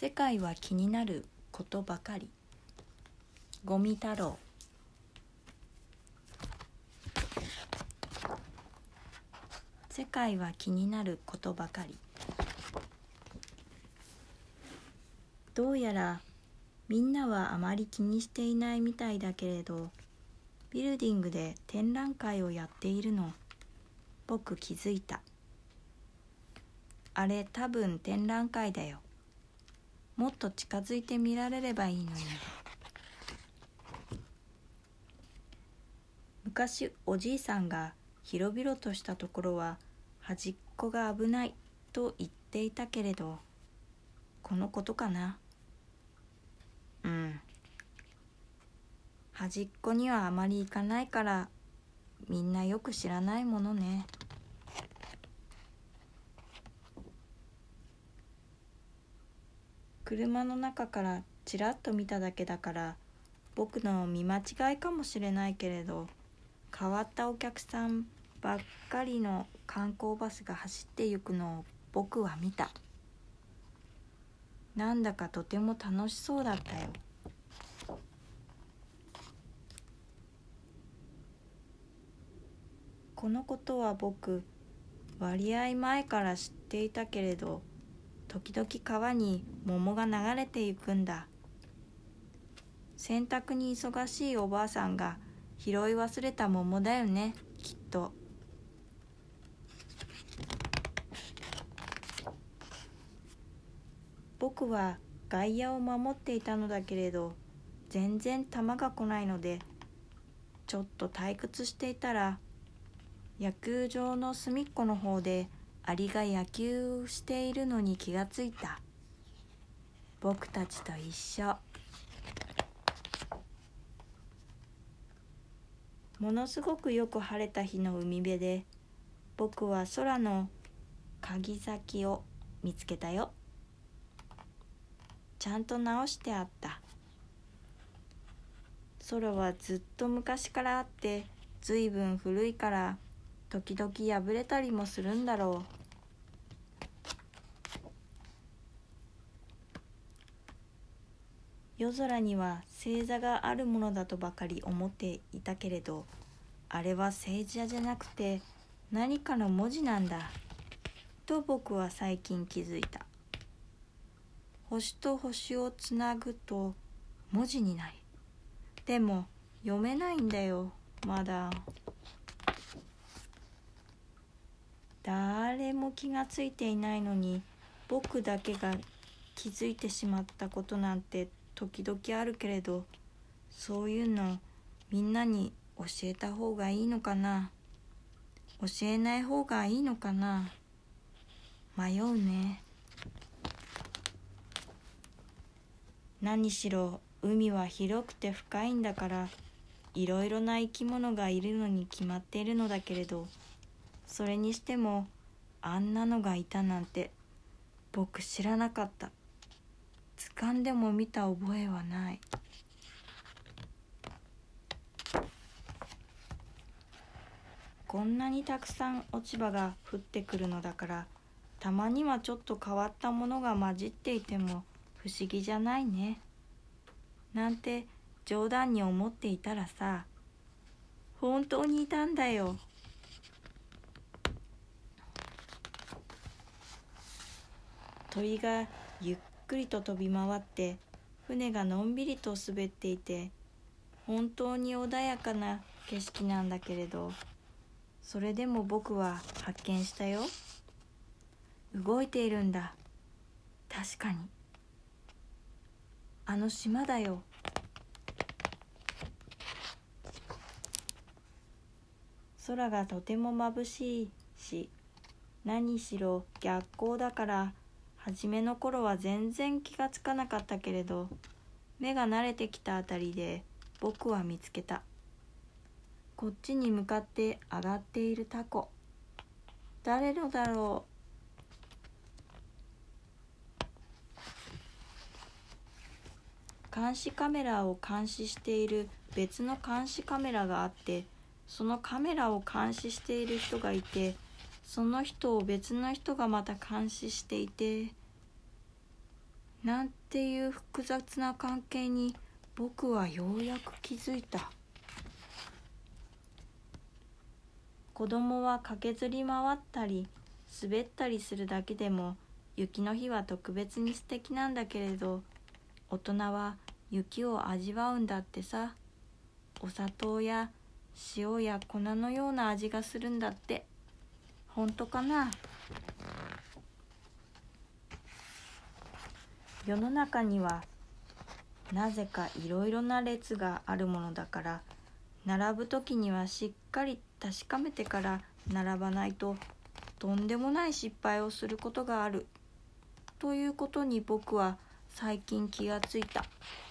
世界は気になることばかり。ゴミ太郎。世界は気になることばかり。どうやらみんなはあまり気にしていないみたいだけれど、ビルディングで展覧会をやっているの、僕気づいた。あれ多分展覧会だよ。もっと近づいて見られればいいのに。昔おじいさんが広々としたところは端っこが危ないと言っていたけれど、このことかな。端っこにはあまり行かないからみんなよく知らないものね。車の中からちらっと見ただけだから僕の見間違いかもしれないけれど、変わったお客さんばっかりの観光バスが走ってゆくのを僕は見た。なんだかとても楽しそうだったよ。このことは僕割合前から知っていたけれど、時々川に桃が流れてゆくんだ。洗濯に忙しいおばあさんが拾い忘れた桃だよね、きっと。僕は外野を守っていたのだけれど、全然球が来ないので、ちょっと退屈していたら、野球場の隅っこの方でアリが野球しているのに気がついた。僕たちと一緒。ものすごくよく晴れた日の海辺で、僕は空の鍵先を見つけたよ。ちゃんと直してあった。空はずっと昔からあって、ずいぶん古いから時々破れたりもするんだろう。夜空には星座があるものだとばかり思っていたけれど、あれは星座じゃなくて何かの文字なんだと僕は最近気づいた。星と星をつなぐと文字になる。でも読めないんだよ、まだ。誰も気がついていないのに、僕だけが気づいてしまったことなんて時々あるけれど、そういうのみんなに教えた方がいいのかな、教えない方がいいのかな、迷うね。何しろ海は広くて深いんだから、いろいろな生き物がいるのに決まっているのだけれど、それにしてもあんなのがいたなんて僕知らなかった。図鑑でも見た覚えはない。こんなにたくさん落ち葉が降ってくるのだから、たまにはちょっと変わったものが混じっていても不思議じゃないね。なんて冗談に思っていたらさ、本当にいたんだよ。鳥がゆっくりと飛び回って、船がのんびりと滑っていて、本当に穏やかな景色なんだけれど、それでも僕は発見したよ。動いているんだ。確かに。あの島だよ。空がとても眩しいし、何しろ逆光だから、初めの頃は全然気がつかなかったけれど、目が慣れてきたあたりで僕は見つけた。こっちに向かって上がっているタコ。誰のだろう。監視カメラを監視している別の監視カメラがあって、そのカメラを監視している人がいて、その人を別の人がまた監視していて、 なんていう複雑な関係に僕はようやく気づいた。子供は駆けずり回ったり滑ったりするだけでも雪の日は特別に素敵なんだけれど、大人は雪を味わうんだってさ。お砂糖や塩や粉のような味がするんだって。本当かな。世の中にはなぜかいろいろな列があるものだから、並ぶときにはしっかり確かめてから並ばないととんでもない失敗をすることがあるということに僕は最近気がついた。